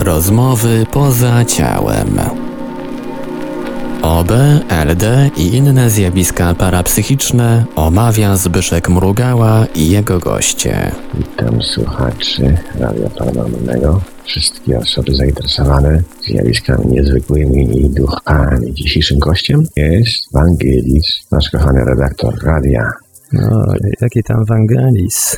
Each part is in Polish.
Rozmowy poza ciałem. OB, LD i inne zjawiska parapsychiczne omawia Zbyszek Mrugała i jego goście. Witam słuchaczy Radia Paranormalnego, wszystkie osoby zainteresowane zjawiskami niezwykłymi i duchami. Dzisiejszym gościem jest Wangelis, nasz kochany redaktor radia. No, jaki tam Wangelis?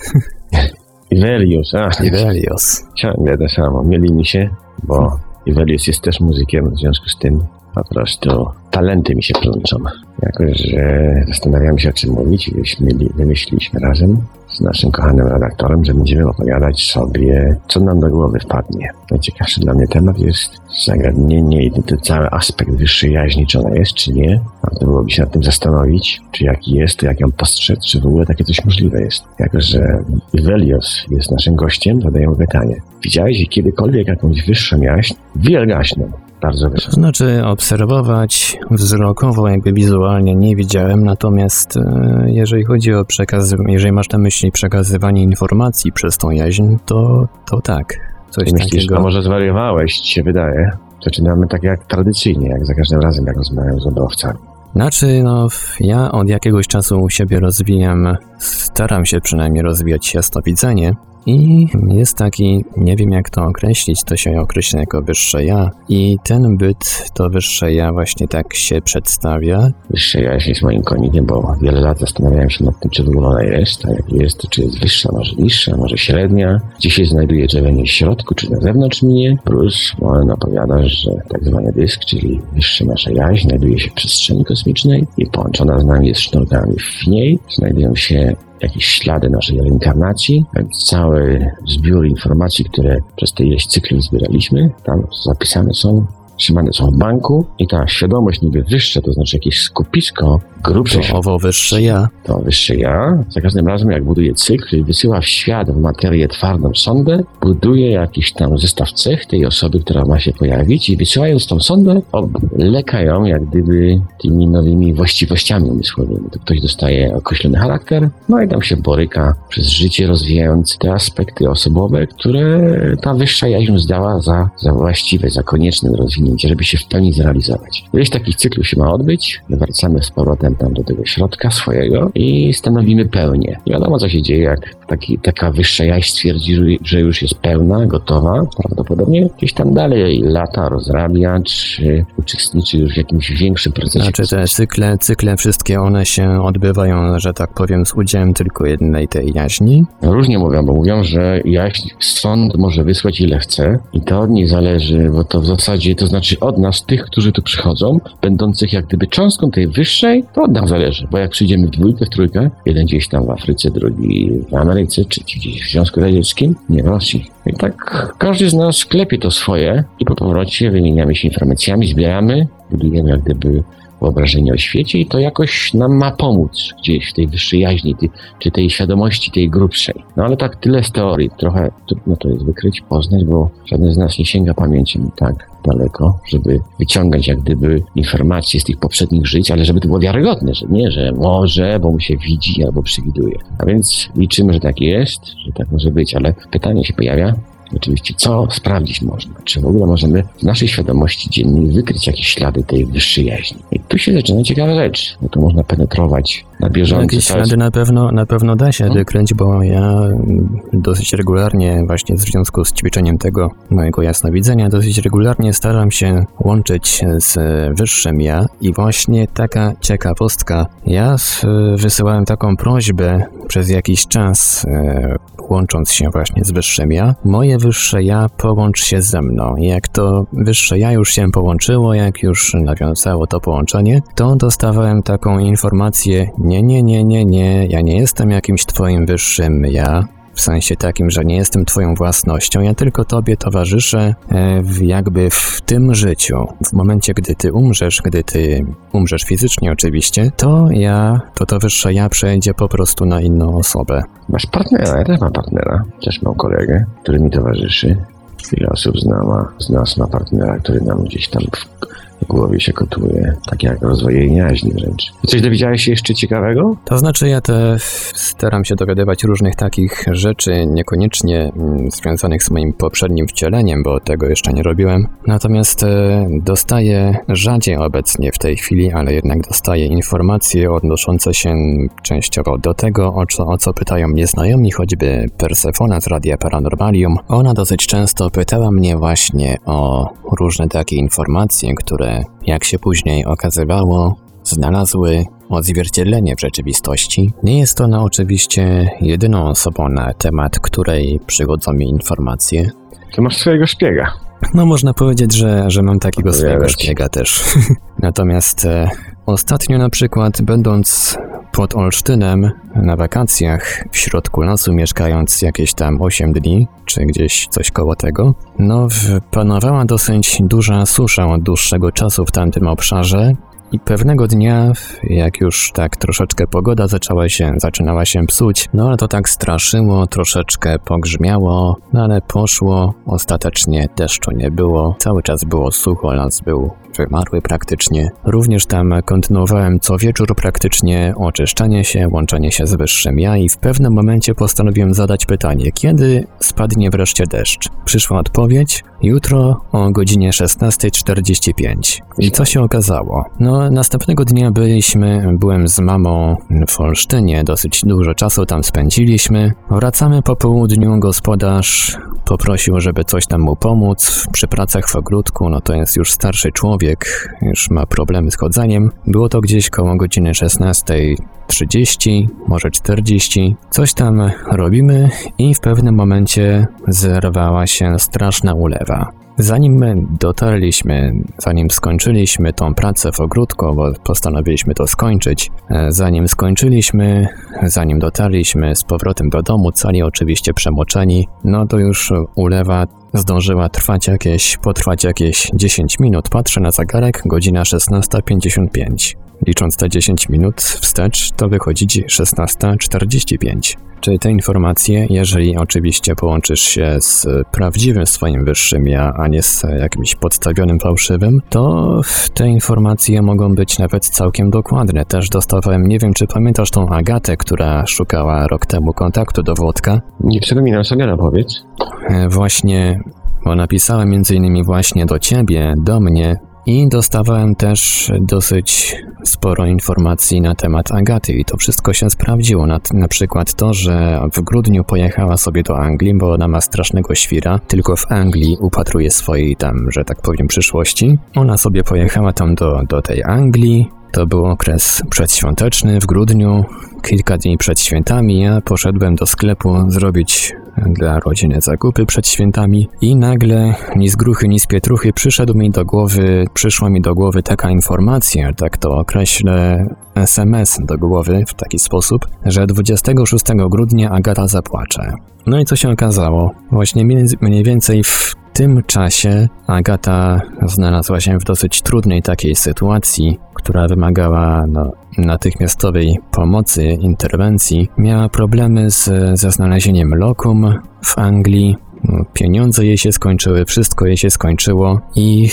Ivelios. Ciągle to samo. Mylimy się, bo Ivelios jest też muzykiem, w związku z tym po prostu talenty mi się plączą. Jakoś, że zastanawiamy się, o czym mówić i wymyśliliśmy razem z naszym kochanym redaktorem, że będziemy opowiadać sobie, co nam do głowy wpadnie. Najciekawszy dla mnie temat jest zagadnienie i ten cały aspekt wyższej jaźni, czy ona jest, czy nie. Warto byłoby się nad tym zastanowić, czy jaki jest, to jak ją postrzec, czy w ogóle takie coś możliwe jest. Jako, że Ivelios jest naszym gościem, zadaję mu pytanie. Widziałeś kiedykolwiek jakąś wyższą jaźń? Wielgaśną. Bardzo wyższą. To znaczy obserwować wzrokowo, jakby wizualnie nie widziałem, natomiast jeżeli chodzi o jeżeli masz na myśli przekazywanie informacji przez tą jaźń, to tak. Coś myślisz, takiego. A może zwariowałeś, ci się wydaje? Zaczynamy tak jak tradycyjnie, jak za każdym razem, jak rozmawiam z odbywcami. Znaczy, ja od jakiegoś czasu u siebie staram się przynajmniej rozwijać jasnowidzenie i jest taki, nie wiem jak to określić, to się określa jako wyższe ja i ten byt, to wyższe ja właśnie tak się przedstawia. Wyższe ja jest moim konikiem, bo wiele lat zastanawiałem się nad tym, czy w ogóle ona jest, a jak jest, to czy jest wyższa, może niższa, może średnia, gdzie się znajduje, czy w środku, czy na zewnątrz mnie. Plus on opowiada, że tak zwany dysk, czyli wyższa nasza jaźń, znajduje się w przestrzeni kosmicznej i połączona z nami jest sznurkami. W niej znajdują się jakieś ślady naszej reinkarnacji, więc cały zbiór informacji, które przez te ileś cyklów zbieraliśmy, tam zapisane są, trzymane są w banku i ta świadomość niby wyższa, to znaczy jakieś skupisko grubsze. To wyższe ja. To wyższe ja. Za każdym razem jak buduje cykl i wysyła w świat, w materię twardą sondę, buduje jakiś tam zestaw cech tej osoby, która ma się pojawić i wysyłając tą sondę, leka ją jak gdyby tymi nowymi właściwościami umysłowymi. To ktoś dostaje określony charakter, no i tam się boryka przez życie, rozwijając te aspekty osobowe, które ta wyższa jaźń uznała za właściwe, za konieczne do rozwinięcia, żeby się w pełni zrealizować. Ileś takich cyklów się ma odbyć, wracamy z powrotem tam do tego środka swojego i stanowimy pełnię. Nie wiadomo, co się dzieje, jak taka wyższa jaźń stwierdzi, że już jest pełna, gotowa, prawdopodobnie gdzieś tam dalej lata rozrabia, czy uczestniczy już w jakimś większym procesie. Znaczy te cykle wszystkie one się odbywają, że tak powiem, z udziałem tylko jednej tej jaźni? Różnie mówią, bo mówią, że jaźń sąd może wysłać ile chce i to od niej zależy, bo to w zasadzie, to znaczy od nas, tych, którzy tu przychodzą, będących jak gdyby cząstką tej wyższej, to od nas zależy, bo jak przyjdziemy w dwójkę, w trójkę, jeden gdzieś tam w Afryce, drugi w Ameryce, czy gdzieś w Związku Radzieckim, nie w Rosji. I tak każdy z nas klepie to swoje i po powrocie wymieniamy się informacjami, zbieramy, budujemy jak gdyby wyobrażenie o świecie i to jakoś nam ma pomóc gdzieś w tej wyższej jaźni, czy tej świadomości, tej grubszej. No ale tak tyle z teorii. Trochę trudno to jest wykryć, poznać, bo żaden z nas nie sięga pamięcią tak daleko, żeby wyciągać jak gdyby informacje z tych poprzednich żyć, ale żeby to było wiarygodne, że nie, że może, bo mu się widzi albo przewiduje. A więc liczymy, że tak jest, że tak może być, ale pytanie się pojawia, oczywiście, co sprawdzić można? Czy w ogóle możemy w naszej świadomości dziennej wykryć jakieś ślady tej wyższej jaźni? I tu się zaczyna ciekawa rzecz, bo tu można penetrować na bieżąco. Jakieś ślady na pewno da się wykryć, bo ja dosyć regularnie, właśnie w związku z ćwiczeniem tego mojego jasnowidzenia, dosyć regularnie staram się łączyć z wyższym ja i właśnie taka ciekawostka. Ja wysyłałem taką prośbę przez jakiś czas, łącząc się właśnie z wyższym ja. Moje wyższe ja, połącz się ze mną. I jak to wyższe ja już się połączyło, jak już nawiązało to połączenie, to dostawałem taką informację: nie, ja nie jestem jakimś twoim wyższym ja. W sensie takim, że nie jestem twoją własnością, ja tylko tobie towarzyszę jakby w tym życiu. W momencie, gdy ty umrzesz fizycznie oczywiście, to wyższe ja przejdzie po prostu na inną osobę. Masz partnera, ja też mam partnera, też mam kolegę, który mi towarzyszy. Wiele osób z nas ma partnera, który nam gdzieś tam w głowie się kotuje, tak jak rozwojenie jaźni wręcz. Coś dowiedziałeś się jeszcze ciekawego? To znaczy ja staram się dowiadywać różnych takich rzeczy, niekoniecznie związanych z moim poprzednim wcieleniem, bo tego jeszcze nie robiłem. Natomiast dostaję rzadziej obecnie w tej chwili, ale jednak dostaję informacje odnoszące się częściowo do tego, o co pytają mnie znajomi, choćby Persefona z Radia Paranormalium. Ona dosyć często pytała mnie właśnie o różne takie informacje, które, jak się później okazywało, znalazły odzwierciedlenie w rzeczywistości. Nie jest ona oczywiście jedyną osobą, na temat której przychodzą mi informacje. To masz swojego szpiega. No można powiedzieć, że mam takiego swojego szpiega też. Natomiast ostatnio na przykład, będąc pod Olsztynem na wakacjach w środku lasu, mieszkając jakieś tam 8 dni, czy gdzieś coś koło tego, panowała dosyć duża susza od dłuższego czasu w tamtym obszarze. I pewnego dnia, jak już tak troszeczkę pogoda zaczynała się psuć, no ale to tak straszyło, troszeczkę pogrzmiało, no ale poszło, ostatecznie deszczu nie było, cały czas było sucho, las był wymarły praktycznie. Również tam kontynuowałem co wieczór praktycznie oczyszczanie się, łączenie się z wyższym ja i w pewnym momencie postanowiłem zadać pytanie, kiedy spadnie wreszcie deszcz? Przyszła odpowiedź, jutro o godzinie 16:45. I co się okazało? No, następnego dnia byłem z mamą w Olsztynie, dosyć dużo czasu tam spędziliśmy. Wracamy po południu, gospodarz poprosił, żeby coś tam mu pomóc przy pracach w ogródku, no to jest już starszy człowiek, już ma problemy z chodzeniem. Było to gdzieś koło godziny 16:30, może 40. Coś tam robimy i w pewnym momencie zerwała się straszna ulewa. Zanim skończyliśmy tą pracę w ogródku, bo postanowiliśmy to skończyć, zanim dotarliśmy z powrotem do domu, cali oczywiście przemoczeni, no to już ulewa zdążyła potrwać jakieś 10 minut. Patrzę na zegarek, godzina 16:55. Licząc te 10 minut wstecz, to wychodzi 16:45. Czyli te informacje, jeżeli oczywiście połączysz się z prawdziwym swoim wyższym ja, a nie z jakimś podstawionym fałszywym, to te informacje mogą być nawet całkiem dokładne. Też dostawałem, nie wiem czy pamiętasz tą Agatę, która szukała rok temu kontaktu do Włodka. Nie przypominam sobie, no powiedz. Właśnie, bo napisała m.in. właśnie do ciebie, do mnie, i dostawałem też dosyć sporo informacji na temat Agaty i to wszystko się sprawdziło. Na przykład to, że w grudniu pojechała sobie do Anglii, bo ona ma strasznego świra, tylko w Anglii upatruje swojej tam, że tak powiem, przyszłości. Ona sobie pojechała tam do tej Anglii. To był okres przedświąteczny w grudniu, kilka dni przed świętami. Ja poszedłem do sklepu zrobić dla rodziny zakupy przed świętami i nagle, ni z gruchy, ni z pietruchy, przyszła mi do głowy taka informacja, tak to określę, SMS do głowy w taki sposób, że 26 grudnia Agata zapłacze. No i co się okazało? Właśnie mniej więcej w tym czasie Agata znalazła się w dosyć trudnej takiej sytuacji, która wymagała natychmiastowej pomocy, interwencji. Miała problemy ze znalezieniem lokum w Anglii, pieniądze jej się skończyły, wszystko jej się skończyło i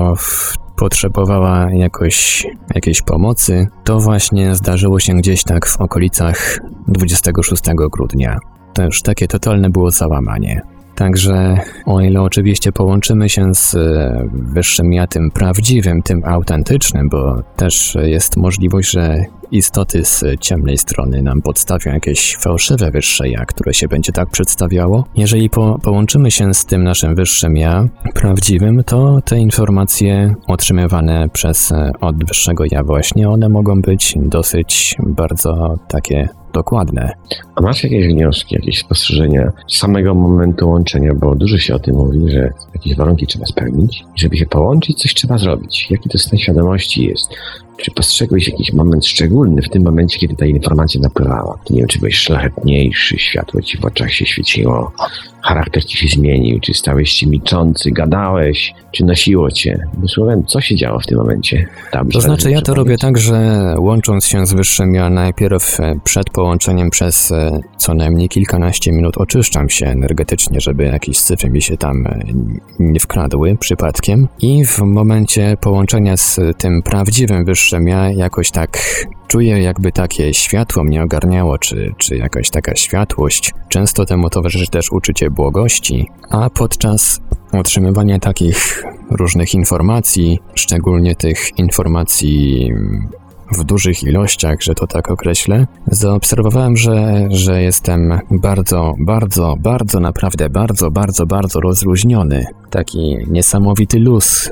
potrzebowała jakiejś pomocy. To właśnie zdarzyło się gdzieś tak w okolicach 26 grudnia. To już takie totalne było załamanie. Także o ile oczywiście połączymy się z wyższym ja, tym prawdziwym, tym autentycznym, bo też jest możliwość, że istoty z ciemnej strony nam podstawią jakieś fałszywe wyższe ja, które się będzie tak przedstawiało. Jeżeli połączymy się z tym naszym wyższym ja, prawdziwym, to te informacje otrzymywane od wyższego ja właśnie, one mogą być dosyć bardzo takie dokładne. A masz jakieś wnioski, jakieś spostrzeżenia z samego momentu łączenia, bo dużo się o tym mówi, że jakieś warunki trzeba spełnić i żeby się połączyć, coś trzeba zrobić. Jaki to stan świadomości jest? Czy postrzegłeś jakiś moment szczególny w tym momencie, kiedy ta informacja napływała? Nie wiem, czy byłeś szlachetniejszy, światło ci w oczach się świeciło, charakter ci się zmienił, czy stałeś się milczący, gadałeś, czy nosiło cię? Słowem, co się działo w tym momencie? To znaczy, ja to robię tak, że łącząc się z wyższym, ja najpierw przed połączeniem przez co najmniej kilkanaście minut oczyszczam się energetycznie, żeby jakieś syfy mi się tam nie wkradły przypadkiem. I w momencie połączenia z tym prawdziwym wyższym, ja jakoś tak czuję, jakby takie światło mnie ogarniało, czy jakaś taka światłość. Często temu towarzyszy też uczucie błogości, a podczas otrzymywania takich różnych informacji, szczególnie tych informacji w dużych ilościach, że to tak określę, zaobserwowałem, że jestem naprawdę bardzo rozluźniony. Taki niesamowity luz,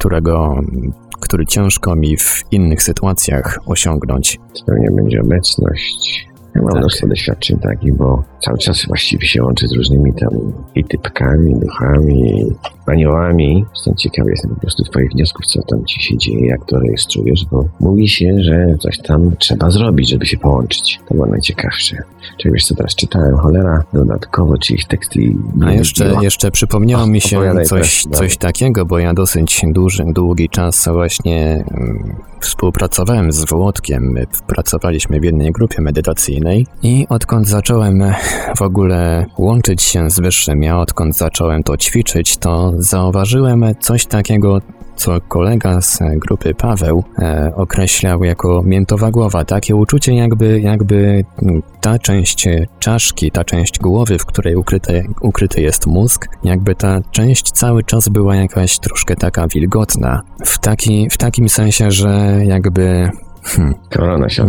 który ciężko mi w innych sytuacjach osiągnąć. Spełnia będzie obecność. Ja mam mnóstwo doświadczeń takich, bo cały czas właściwie się łączę z różnymi tam i typkami, i duchami, i aniołami. Stąd ciekawy jestem po prostu twoich wniosków, co tam ci się dzieje, jak to rejestrujesz, bo mówi się, że coś tam trzeba zrobić, żeby się połączyć. To było najciekawsze. Czyli wiesz co, teraz czytałem, cholera, dodatkowo czyjeś teksty. A jeszcze przypomniało mi się coś takiego, bo ja dosyć długi czas właśnie współpracowałem z Włodkiem. My pracowaliśmy w jednej grupie medytacyjnej i odkąd zacząłem w ogóle łączyć się z wyższym, ja odkąd zacząłem to ćwiczyć, to zauważyłem coś takiego, co kolega z grupy Paweł określał jako miętowa głowa. Takie uczucie, jakby ta część czaszki, ta część głowy, w której ukryty jest mózg, jakby ta część cały czas była jakaś troszkę taka wilgotna. W takim sensie, że jakby korona się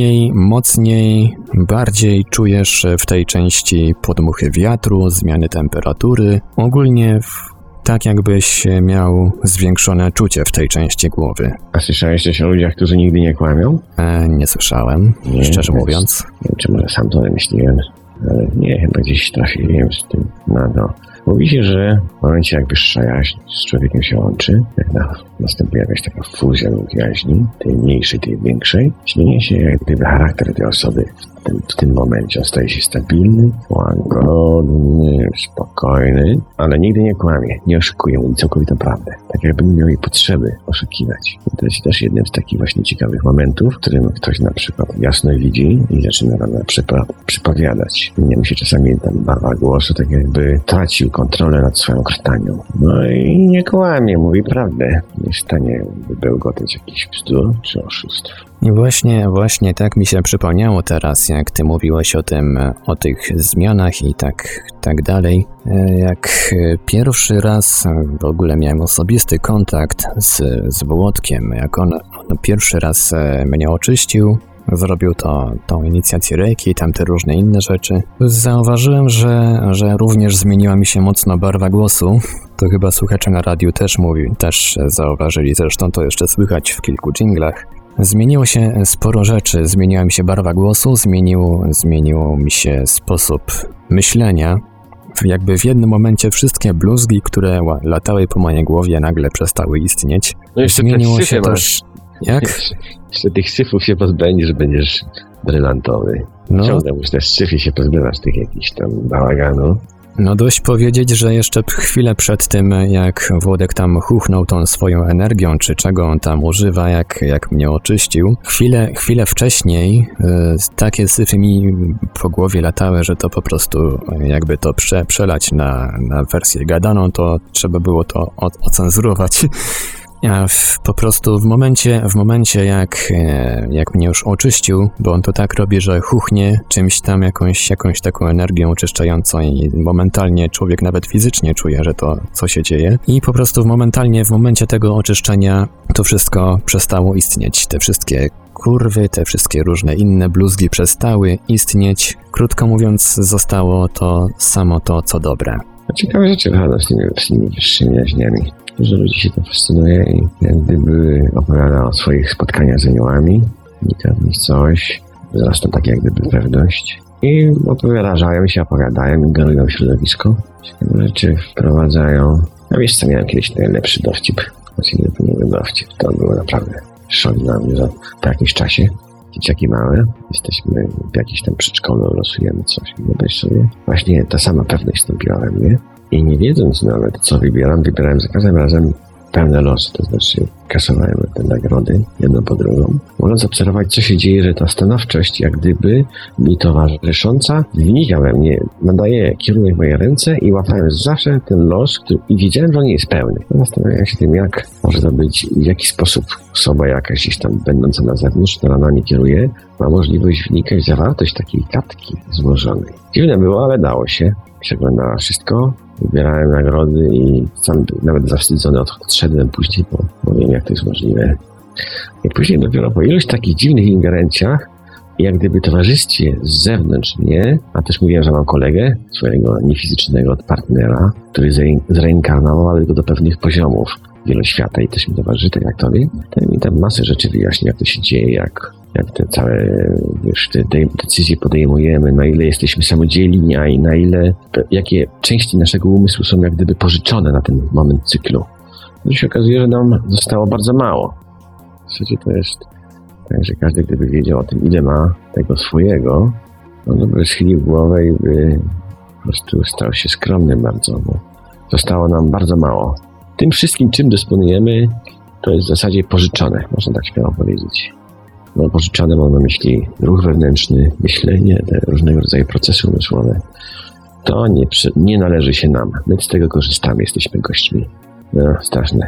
mocniej, bardziej czujesz w tej części podmuchy wiatru, zmiany temperatury. Ogólnie tak jakbyś miał zwiększone czucie w tej części głowy. A słyszałeś coś o ludziach, którzy nigdy nie kłamią? Nie słyszałem, szczerze mówiąc. Nie wiem, czy może sam to wymyśliłem, ale nie, chyba gdzieś trafiłem z tym na to. Mówi się, że w momencie jak wyższa jaźń z człowiekiem się łączy, jak następuje jakaś taka fuzja lub jaźni, tej mniejszej, tej większej, zmienia się jak gdyby charakter tej osoby. W tym momencie on staje się stabilny, łagodny, spokojny, ale nigdy nie kłamie, nie oszukuje, mówi całkowitą prawdę. Tak jakby nie miał jej potrzeby oszukiwać. I to jest też jednym z takich właśnie ciekawych momentów, w którym ktoś na przykład jasno widzi i zaczyna nam na przykład przypowiadać. Nie musi czasami tam barwa głosu, tak jakby tracił kontrolę nad swoją krtanią. No i nie kłamie, mówi prawdę. Nie jest w stanie wybełgotać jakichś bzdur czy oszustw. I właśnie tak mi się przypomniało teraz, jak ty mówiłeś o tych zmianach i tak dalej. Jak pierwszy raz w ogóle miałem osobisty kontakt z Włodkiem, jak on pierwszy raz mnie oczyścił, zrobił tą inicjację Reiki i tamte różne inne rzeczy. Zauważyłem, że również zmieniła mi się mocno barwa głosu. To chyba słuchacze na radiu też zauważyli, zresztą to jeszcze słychać w kilku dżinglach. Zmieniło się sporo rzeczy, zmieniła mi się barwa głosu, zmienił mi się sposób myślenia. Jakby w jednym momencie wszystkie bluzgi, które latały po mojej głowie, nagle przestały istnieć. No jeszcze zmieniło się też... Jak? Jeszcze tych syfów się pozbędziesz, będziesz brylantowy. No. Ciągle już te syfy się pozbywasz tych jakichś tam bałaganu. No dość powiedzieć, że jeszcze chwilę przed tym, jak Włodek tam chuchnął tą swoją energią, czy czego on tam używa, jak mnie oczyścił, chwilę wcześniej takie syfy mi po głowie latały, że to po prostu jakby to przelać na wersję gadaną, to trzeba było to ocenzurować. A po prostu w momencie jak mnie już oczyścił, bo on to tak robi, że chuchnie czymś tam, jakąś taką energią oczyszczającą i momentalnie człowiek nawet fizycznie czuje, że to co się dzieje. I po prostu w momencie tego oczyszczenia to wszystko przestało istnieć. Te wszystkie kurwy, te wszystkie różne inne bluzgi przestały istnieć. Krótko mówiąc, zostało to samo to, co dobre. Ciekawe rzeczy wychodzą z tymi wyższymi jaźniami. Dużo ludzi się tym fascynuje i jak gdyby opowiada o swoich spotkaniach z aniołami, wynika w nich coś, wzrasta tak jak gdyby pewność i opowiadają i generują środowisko. Ciekawe rzeczy wprowadzają. No wiesz co, miałem kiedyś najlepszy dowcip, nie dowcip, to było naprawdę szli na mnie po jakimś czasie. Dzieciaki małe, jesteśmy w jakimś tam przedszkolu, losujemy coś. Wyobraź sobie, właśnie ta sama pewność wstąpiła we mnie i nie wiedząc nawet, co wybierałem za każdym razem pełne losy, to znaczy kasowałem te nagrody jedną po drugą, mogąc obserwować, co się dzieje, że ta stanowczość, jak gdyby mi towarzysząca, wnika we mnie, nadaje kierunek w moje ręce i łapałem zawsze ten los, i wiedziałem, że on nie jest pełny. Zastanawiałem się tym, jak może to być, w jaki sposób osoba jakaś gdzieś tam będąca na zewnątrz, która na nie kieruje, ma możliwość wnikać w zawartość takiej kartki złożonej. Dziwne było, ale dało się. Przeglądała wszystko, wybierałem nagrody i sam nawet zawstydzony odszedłem później, bo wiem, jak to jest możliwe. I później dopiero po iluś takich dziwnych ingerencjach, jak gdyby towarzystwie z zewnątrz mnie, a też mówiłem, że mam kolegę, swojego niefizycznego partnera, który zreinkarnował, ale tylko do pewnych poziomów wieloświata i też mi towarzyszy, tak jak tobie. Ten mi tam masę rzeczy wyjaśni, jak to się dzieje, jak te całe, te decyzje podejmujemy, na ile jesteśmy samodzielni, a i na ile, jakie części naszego umysłu są jak gdyby pożyczone na ten moment cyklu. To się okazuje, że nam zostało bardzo mało. W zasadzie to jest tak, że każdy gdyby wiedział o tym, ile ma tego swojego, on by schylił głowę i by po prostu stał się skromnym bardzo, bo zostało nam bardzo mało. Tym wszystkim, czym dysponujemy, to jest w zasadzie pożyczone, można tak śmiało powiedzieć. No, pożyczane mam na myśli ruch wewnętrzny, myślenie, te różnego rodzaju procesy umysłowe. To nie należy się nam. My z tego korzystamy, jesteśmy gośćmi. No, straszne.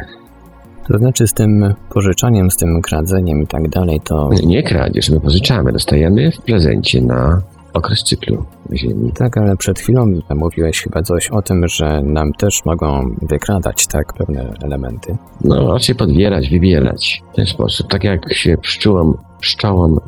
To znaczy z tym pożyczaniem, z tym kradzeniem i tak dalej, to... Nie kradzież, my pożyczamy, dostajemy w prezencie na okres cyklu Ziemi. Tak, ale przed chwilą mówiłeś chyba coś o tym, że nam też mogą wykradać, tak, pewne elementy. No, raczej podbierać, wybierać w ten sposób. Tak jak się pszczołom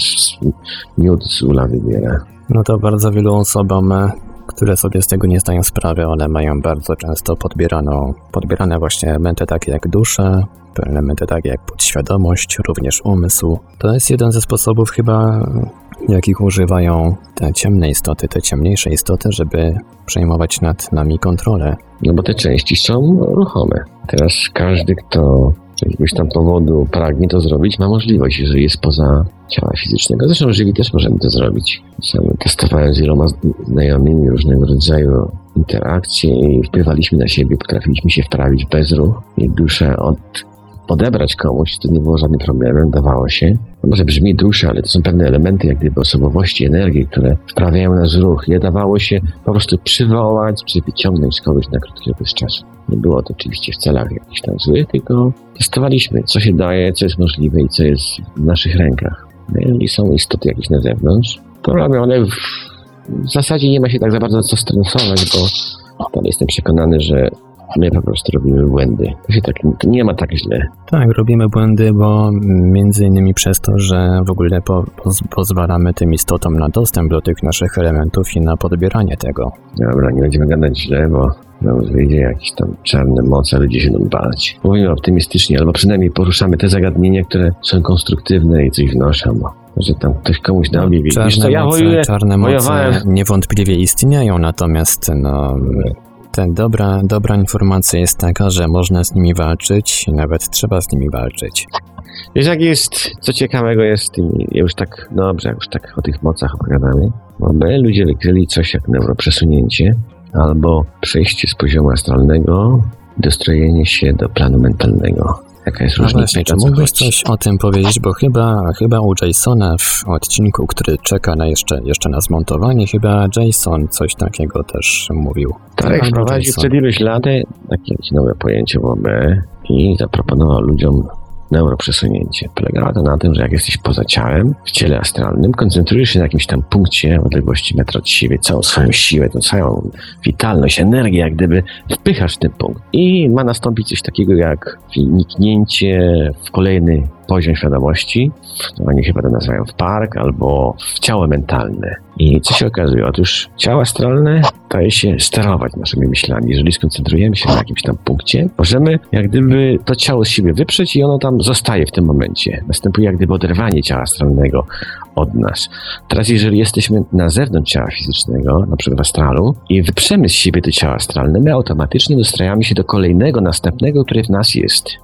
miód z ula wybiera. No to bardzo wielu osobom, które sobie z tego nie zdają sprawy, one mają bardzo często podbierane właśnie elementy takie jak dusza, elementy takie jak podświadomość, również umysł. To jest jeden ze sposobów chyba, jakich używają te ciemne istoty, te ciemniejsze istoty, żeby przejmować nad nami kontrolę. No bo te części są ruchome. Teraz każdy, kto z jakiegoś tam powodu pragnie to zrobić, ma możliwość, jeżeli jest poza ciała fizycznego. Zresztą żywi też możemy to zrobić. Sam testowałem z wieloma znajomymi różnego rodzaju interakcje i wpływaliśmy na siebie, potrafiliśmy się wprawić bez ruchu i duszę odebrać komuś, to nie było żadnym problemem, dawało się. No może brzmi dusza, ale to są pewne elementy jak gdyby osobowości, energii, które wprawiają nas w ruch. Je dawało się po prostu przywołać, czy wyciągnąć kogoś na krótki okres czasu. Nie było to oczywiście w celach jakichś tam złych, tylko testowaliśmy, co się daje, co jest możliwe i co jest w naszych rękach. No, jeżeli są istoty jakieś na zewnątrz, to robią one w zasadzie nie ma się tak za bardzo co stresować, bo tam jestem przekonany, że my po prostu robimy błędy. To nie ma tak źle. Tak, robimy błędy, bo między innymi przez to, że w ogóle pozwalamy tym istotom na dostęp do tych naszych elementów i na podbieranie tego. Dobra, nie będziemy gadać źle, bo wyjdzie jakieś tam czarne moce, ludzie się będą bać. Mówimy optymistycznie, albo przynajmniej poruszamy te zagadnienia, które są konstruktywne i coś wnoszą. Że tam ktoś komuś da objawi. Czarne moce niewątpliwie istnieją, natomiast dobra informacja jest taka, że można z nimi walczyć i nawet trzeba z nimi walczyć. Wiesz, jak jest, co ciekawego jest z tymi, już tak o tych mocach opowiadamy, bo my ludzie wykryli coś jak neuroprzesunięcie albo przejście z poziomu astralnego, dostrojenie się do planu mentalnego. Jaka jest różnica? Właśnie, czy mógłbyś coś o tym powiedzieć, bo chyba u Jasona w odcinku, który czeka na jeszcze na zmontowanie, chyba Jason coś takiego też mówił. Tak, wprowadził przed iluś lat takie nowe pojęcie w OB i zaproponował ludziom neuroprzesunięcie. Polegało to na tym, że jak jesteś poza ciałem, w ciele astralnym, koncentrujesz się na jakimś tam punkcie w odległości metra od siebie, całą swoją siłę, tą całą witalność, energię, jak gdyby wpychasz w ten punkt. I ma nastąpić coś takiego jak wniknięcie w kolejny poziom świadomości, oni chyba to nazywają w park, albo w ciało mentalne. I co się okazuje? Otóż ciało astralne daje się sterować naszymi myślami. Jeżeli skoncentrujemy się na jakimś tam punkcie, możemy jak gdyby to ciało z siebie wyprzeć i ono tam zostaje w tym momencie. Następuje jak gdyby oderwanie ciała astralnego od nas. Teraz jeżeli jesteśmy na zewnątrz ciała fizycznego, na przykład w astralu, i wyprzemy z siebie to ciało astralne, my automatycznie dostrajamy się do kolejnego, następnego, który w nas jest.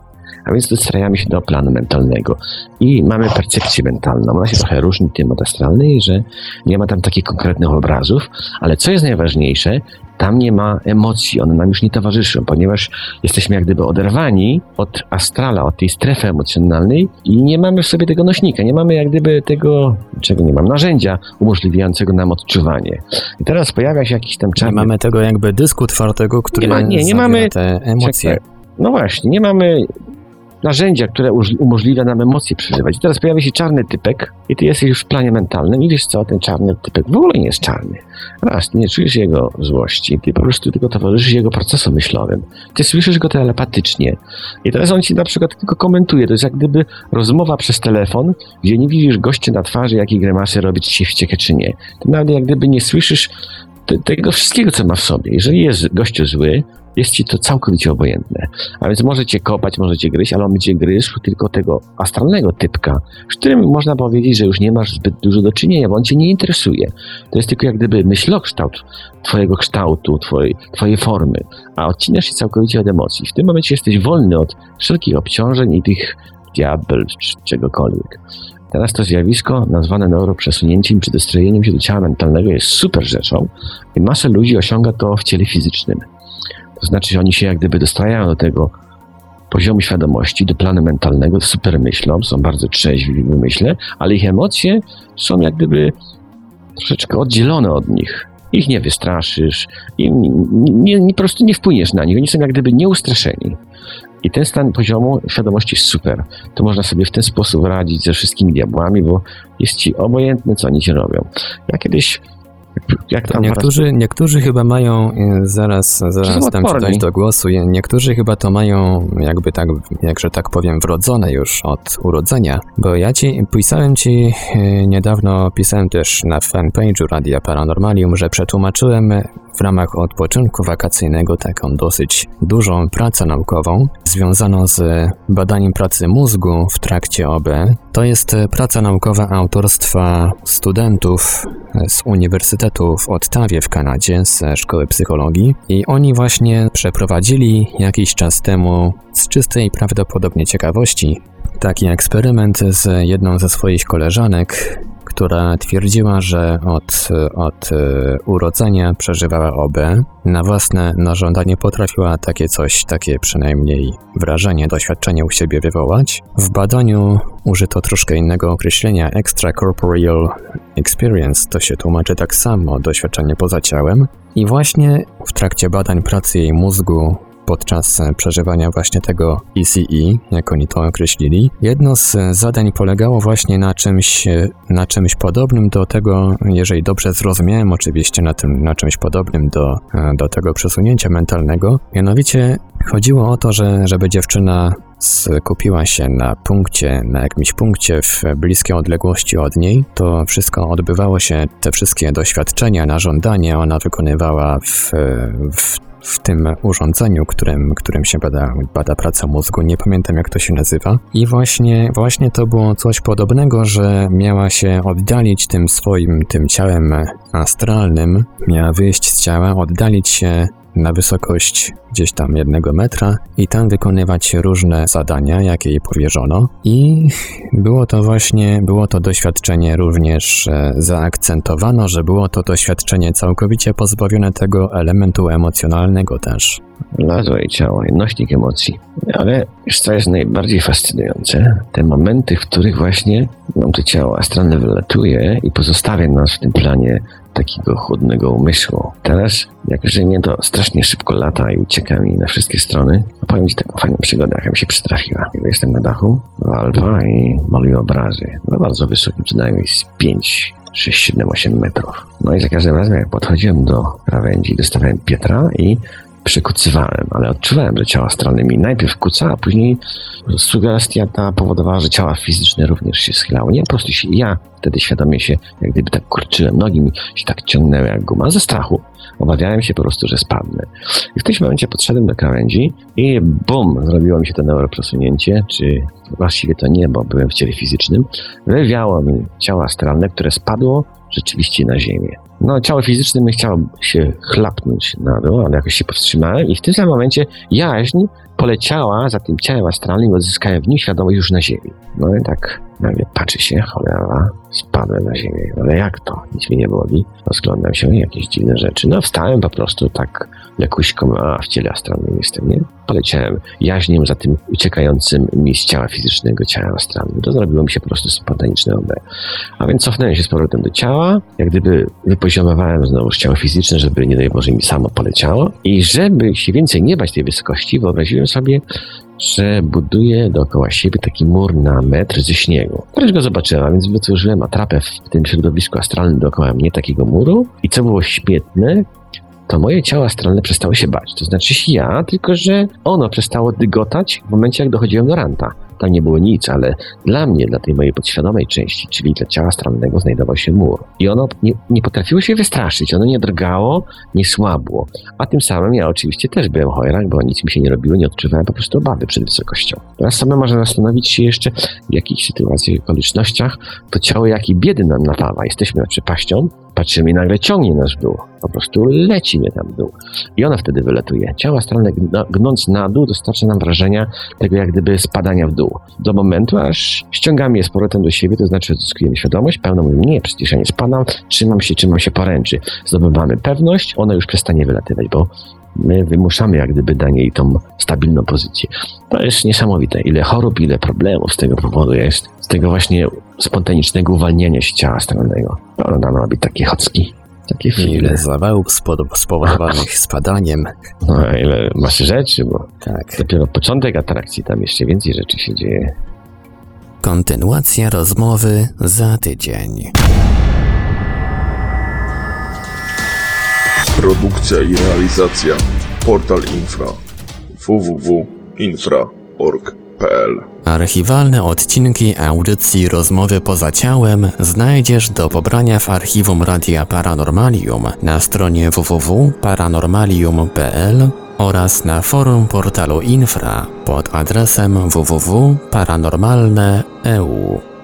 A więc dostrajamy się do planu mentalnego i mamy percepcję mentalną. Ona się trochę różni tym od astralnej, że nie ma tam takich konkretnych obrazów, ale co jest najważniejsze, tam nie ma emocji, one nam już nie towarzyszą, ponieważ jesteśmy jak gdyby oderwani od astrala, od tej strefy emocjonalnej i nie mamy w sobie tego nośnika, nie mamy jak gdyby tego, czego nie mam, narzędzia umożliwiającego nam odczuwanie. I teraz pojawia się jakiś tam czarny... Nie mamy tego jakby dysku twardego, który nie mamy te emocje. No właśnie, nie mamy narzędzia, które umożliwia nam emocje przeżywać. I teraz pojawia się czarny typek i ty jesteś już w planie mentalnym i wiesz co, ten czarny typek w ogóle nie jest czarny. Raz, ty nie czujesz jego złości, ty po prostu tylko towarzyszysz jego procesom myślowym. Ty słyszysz go telepatycznie. I teraz on ci na przykład tylko komentuje. To jest jak gdyby rozmowa przez telefon, gdzie nie widzisz gościa na twarzy, jakie grymasy robi, czy się wścieka, czy nie. Ty nawet jak gdyby nie słyszysz tego wszystkiego, co ma w sobie. Jeżeli jest gościu zły, jest ci to całkowicie obojętne. A więc może cię kopać, może cię gryźć, ale on będzie gryzł tylko tego astralnego typka, z którym można powiedzieć, że już nie masz zbyt dużo do czynienia, bo on cię nie interesuje. To jest tylko jak gdyby myślokształt twojego kształtu, twojej formy, a odcinasz się całkowicie od emocji. W tym momencie jesteś wolny od wszelkich obciążeń i tych diabel czy czegokolwiek. Teraz to zjawisko nazwane neuroprzesunięciem czy dostrojeniem się do ciała mentalnego jest super rzeczą i masa ludzi osiąga to w ciele fizycznym. To znaczy, że oni się jak gdyby dostrajają do tego poziomu świadomości, do planu mentalnego, super myślą, są bardzo trzeźwi w umyśle, ale ich emocje są jak gdyby troszeczkę oddzielone od nich. Ich nie wystraszysz, po prostu nie wpłyniesz na nich, oni są jak gdyby nieustraszeni. I ten stan poziomu świadomości jest super. To można sobie w ten sposób radzić ze wszystkimi diabłami, bo jest ci obojętne, co oni ci robią. Ja kiedyś... Niektórzy chyba mają, zaraz dam ci dojść do głosu, niektórzy chyba to mają jakby tak, jakże tak powiem, wrodzone już od urodzenia, bo ja pisałem ci niedawno, pisałem też na fanpage'u Radia Paranormalium, że przetłumaczyłem w ramach odpoczynku wakacyjnego taką dosyć dużą pracę naukową związaną z badaniem pracy mózgu w trakcie OB. To jest praca naukowa autorstwa studentów z Uniwersytetu w Ottawie w Kanadzie, ze Szkoły Psychologii i oni właśnie przeprowadzili jakiś czas temu z czystej prawdopodobnie ciekawości taki eksperyment z jedną ze swoich koleżanek, która twierdziła, że od urodzenia przeżywała OB. Na własne żądanie potrafiła takie przynajmniej wrażenie, doświadczenie u siebie wywołać. W badaniu użyto troszkę innego określenia, extracorporeal experience, to się tłumaczy tak samo, doświadczenie poza ciałem. I właśnie w trakcie badań pracy jej mózgu podczas przeżywania właśnie tego ECE, jak oni to określili. Jedno z zadań polegało właśnie na czymś podobnym do tego, jeżeli dobrze zrozumiałem oczywiście, na czymś podobnym do tego przesunięcia mentalnego. Mianowicie chodziło o to, żeby dziewczyna skupiła się na jakimś punkcie w bliskiej odległości od niej. To wszystko odbywało się, te wszystkie doświadczenia na żądanie ona wykonywała w tym urządzeniu, którym się bada praca mózgu. Nie pamiętam, jak to się nazywa. I właśnie to było coś podobnego, że miała się oddalić tym ciałem astralnym, miała wyjść z ciała, oddalić się na wysokość gdzieś tam 1 metra i tam wykonywać różne zadania, jakie jej powierzono. I było to doświadczenie również zaakcentowano, że było to doświadczenie całkowicie pozbawione tego elementu emocjonalnego też. Nazwa jej ciała, nośnik emocji. Ale co jest najbardziej fascynujące? Te momenty, w których właśnie nam to ciało astralne wylatuje i pozostawia nas w tym planie takiego chłodnego umysłu. Teraz, jak że mnie to strasznie szybko lata i ucieka mi na wszystkie strony, opowiem ci taką fajną przygodę, jaka mi się przytrafiła. Jestem na dachu Alfa i maluję obrazy. Bardzo wysokim, przynajmniej z 5, 6, 7, 8 metrów. No i za każdym razem, jak podchodziłem do krawędzi, dostawałem Pietra i przykucywałem, ale odczuwałem, że ciało astralne mi najpierw kuca, a później sugestia ta powodowała, że ciało fizyczne również się schylało. Nie, po prostu ja wtedy świadomie się, jak gdyby tak kurczyłem, nogi mi się tak ciągnęły jak guma, ze strachu. Obawiałem się po prostu, że spadnę. I w tym momencie podszedłem do krawędzi i bum, zrobiło mi się to neuroprosunięcie, czy właściwie to nie, bo byłem w ciele fizycznym. Wywiało mi ciało astralne, które spadło rzeczywiście na ziemię. No, ciało fizyczne chciało się chlapnąć na dół, ale jakoś się powstrzymałem i w tym samym momencie jaźń poleciała za tym ciałem astralnym i odzyskałem w nim świadomość już na ziemi. No i tak nagle patrzy się, cholera, spadłem na ziemię. Ale jak to? Nic mi nie boli. Rozglądam się, jakieś dziwne rzeczy. No wstałem po prostu tak lekuśką, a w ciele astralnym jestem, nie? Poleciałem jaźniem za tym uciekającym mi z ciała fizycznego ciałem astralnym. To zrobiło mi się po prostu spontaniczne OB. A więc cofnąłem się z powrotem do ciała, jak gdyby wypoziomowałem znowu ciało fizyczne, żeby nie daj Boże mi samo poleciało. I żeby się więcej nie bać tej wysokości, wyobraziłem sobie, że buduję dookoła siebie taki mur na metr ze śniegu. Też go zobaczyłem, a więc wytworzyłem atrapę w tym środowisku astralnym dookoła mnie takiego muru. I co było śmieszne, to moje ciało astralne przestało się bać. To znaczy ja, tylko że ono przestało dygotać w momencie, jak dochodziłem do ranta. Tam nie było nic, ale dla mnie, dla tej mojej podświadomej części, czyli dla ciała astralnego, znajdował się mur. I ono nie potrafiło się wystraszyć, ono nie drgało, nie słabło. A tym samym ja oczywiście też byłem chojrak, bo nic mi się nie robiło, nie odczuwałem po prostu obawy przed wysokością. Teraz sobie można zastanowić się jeszcze, w jakich sytuacjach, okolicznościach to ciało jakiej biedy nam napawa. Jesteśmy nad przepaścią, patrzymy i nagle ciągnie nas w dół. Po prostu leci mnie tam w dół. I ona wtedy wylatuje. Ciało astralne gnąc na dół dostarcza nam wrażenia tego jak gdyby spadania w dół. Do momentu, aż ściągamy je z powrotem do siebie, to znaczy odzyskujemy świadomość, pełno mówimy, nie, przecież ja nie spadam, trzymam się poręczy. Zdobywamy pewność, ona już przestanie wylatywać, bo my wymuszamy jak gdyby na niej tą stabilną pozycję. To jest niesamowite, ile chorób, ile problemów z tego powodu jest, z tego właśnie spontanicznego uwalniania się ciała astralnego. Ono dano robić takie chocki. Takie chwile. Ile zawałów spowodowanych spadaniem. No, ile masy rzeczy, bo Tak. dopiero początek atrakcji, tam jeszcze więcej rzeczy się dzieje. Kontynuacja rozmowy za tydzień. Produkcja i realizacja Portal Infra www.infra.org.pl Archiwalne odcinki audycji Rozmowy poza ciałem znajdziesz do pobrania w archiwum Radia Paranormalium na stronie www.paranormalium.pl oraz na forum portalu Infra pod adresem www.paranormalne.eu.